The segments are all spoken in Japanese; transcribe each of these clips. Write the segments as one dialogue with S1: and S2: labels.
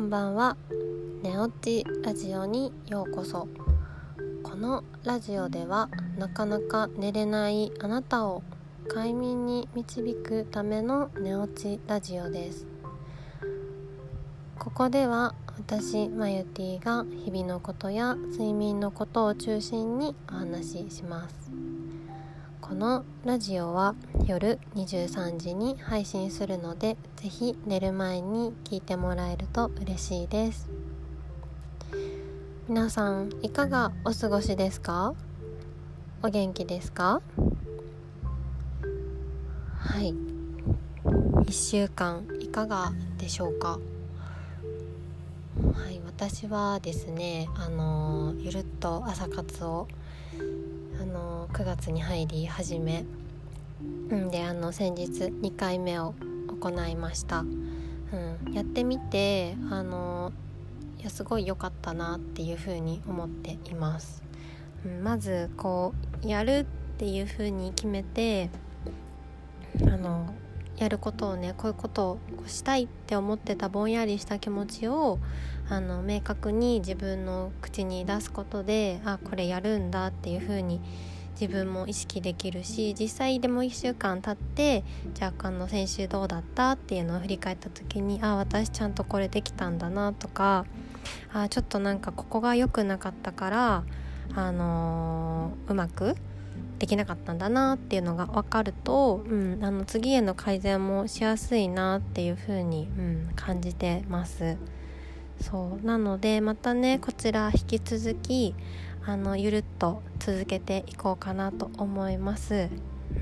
S1: んばんは。寝落ちラジオにようこそ。このラジオではなかなか寝れないあなたを快眠に導くための寝落ちラジオです。ここでは私マユティが日々のことや睡眠のことを中心にお話しします。このラジオは夜23時に配信するので、ぜひ寝る前に聞いてもらえると嬉しいです。皆さんいかがお過ごしですか？お元気ですか？はい、1週間いかがでしょうか？はい、私はですね、ゆるっと朝活を9月に入り始めで、先日2回目を行いました。やってみていやすごい良かったなっていうふうに思っています。まずやるっていうふうに決めてやることをね、こういうことをしたいって思ってたぼんやりした気持ちを明確に自分の口に出すことで、これやるんだっていうふうに自分も意識できるし、実際でも1週間経ってじゃあ先週どうだったっていうのを振り返った時に、私ちゃんとこれできたんだなとか、ちょっとなんかここが良くなかったからうまくできなかったんだなっていうのが分かると、次への改善もしやすいなっていう風に、感じてます。そうなのでまたね、こちら引き続きゆるっと続けていこうかなと思います。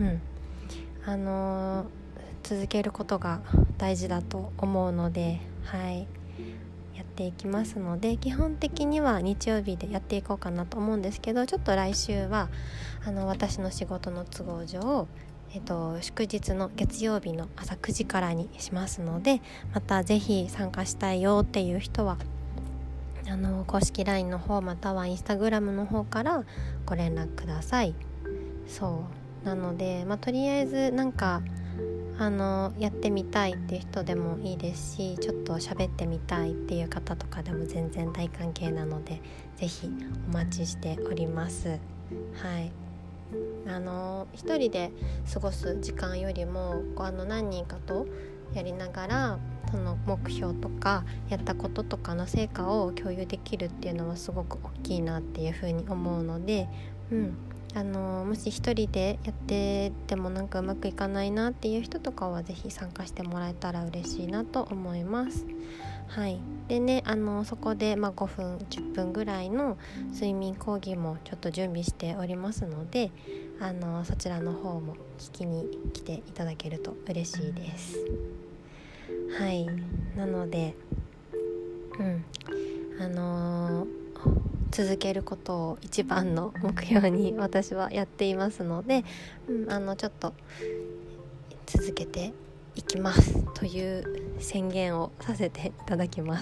S1: 続けることが大事だと思うので、やっていきますので、基本的には日曜日でやっていこうかなと思うんですけど、ちょっと来週は私の仕事の都合上、祝日の月曜日の朝9時からにしますので、またぜひ参加したいよっていう人は公式 LINE の方または Instagram の方からご連絡ください。そうなので、とりあえずやってみたいっていう人でもいいですし、ちょっと喋ってみたいっていう方とかでも全然大歓迎なので、ぜひお待ちしております。一人で過ごす時間よりも何人かとやりながらその目標とかやったこととかの成果を共有できるっていうのはすごく大きいなっていうふうに思うので、もし一人でやっててもうまくいかないなっていう人とかはぜひ参加してもらえたら嬉しいなと思います。でね、そこで5分10分ぐらいの睡眠講義もちょっと準備しておりますので、そちらの方も聞きに来ていただけると嬉しいです。なので続けることを一番の目標に私はやっていますので、ちょっと続けていきますという宣言をさせていただきます。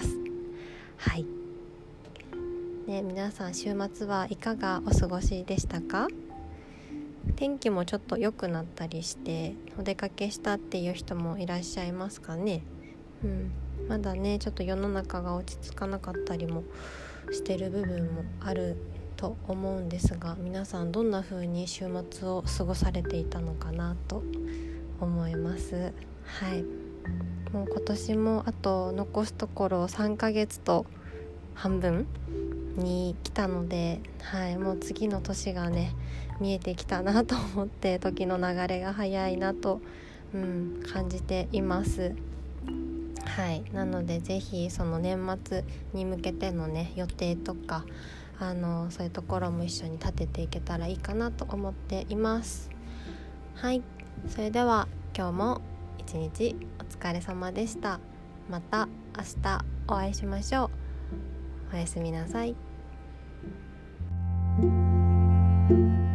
S1: 皆さん週末はいかがお過ごしでしたか？天気もちょっと良くなったりしてお出かけしたっていう人もいらっしゃいますかね。まだね、ちょっと世の中が落ち着かなかったりもしてる部分もあると思うんですが、皆さんどんな風に週末を過ごされていたのかなと思います。もう今年もあと残すところ3ヶ月と半分に来たので、もう次の年がね見えてきたなと思って、時の流れが早いなと、感じています。なのでぜひその年末に向けてのね予定とかそういうところも一緒に立てていけたらいいかなと思っています。それでは今日も一日お疲れ様でした。また明日お会いしましょう。おやすみなさい。